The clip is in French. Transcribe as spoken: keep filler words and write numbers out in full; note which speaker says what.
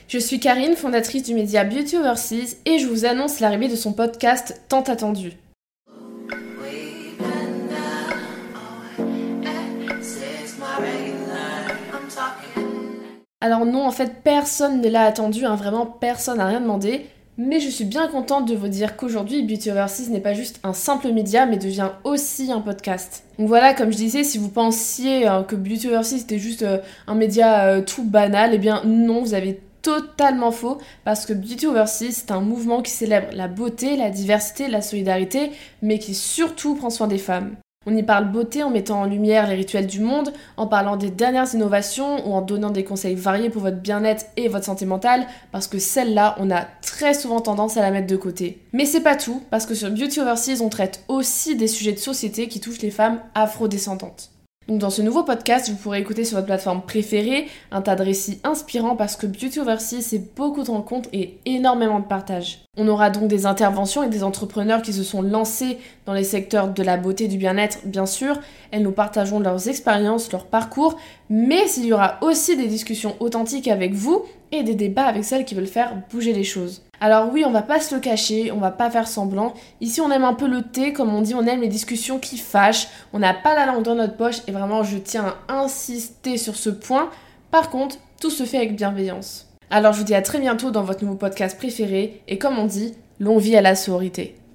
Speaker 1: Je suis Karine, fondatrice du média Beauty Overseas et je vous annonce l'arrivée de son podcast tant attendu. Alors non, en fait, personne ne l'a attendu, hein, vraiment personne n'a rien demandé. Mais je suis bien contente de vous dire qu'aujourd'hui, Beauty Overseas n'est pas juste un simple média, mais devient aussi un podcast. Donc voilà, comme je disais, si vous pensiez euh, que Beauty Overseas était juste euh, un média euh, tout banal, eh bien non, vous avez totalement faux, parce que Beauty Overseas, c'est un mouvement qui célèbre la beauté, la diversité, la solidarité, mais qui surtout prend soin des femmes. On y parle beauté en mettant en lumière les rituels du monde, en parlant des dernières innovations ou en donnant des conseils variés pour votre bien-être et votre santé mentale, parce que celle-là, on a très souvent tendance à la mettre de côté. Mais c'est pas tout, parce que sur Beauty Overseas, on traite aussi des sujets de société qui touchent les femmes afrodescendantes. Donc dans ce nouveau podcast, vous pourrez écouter sur votre plateforme préférée un tas de récits inspirants parce que Beauty Overseas, c'est beaucoup de rencontres et énormément de partage. On aura donc des interventions et des entrepreneurs qui se sont lancés dans les secteurs de la beauté et du bien-être, bien sûr. Elles nous partageront leurs expériences, leur parcours, mais il y aura aussi des discussions authentiques avec vous et des débats avec celles qui veulent faire bouger les choses. Alors oui, on va pas se le cacher, on va pas faire semblant. Ici, on aime un peu le thé, comme on dit, on aime les discussions qui fâchent. On n'a pas la langue dans notre poche et vraiment, je tiens à insister sur ce point. Par contre, tout se fait avec bienveillance. Alors je vous dis à très bientôt dans votre nouveau podcast préféré et comme on dit, longue vie à la sororité.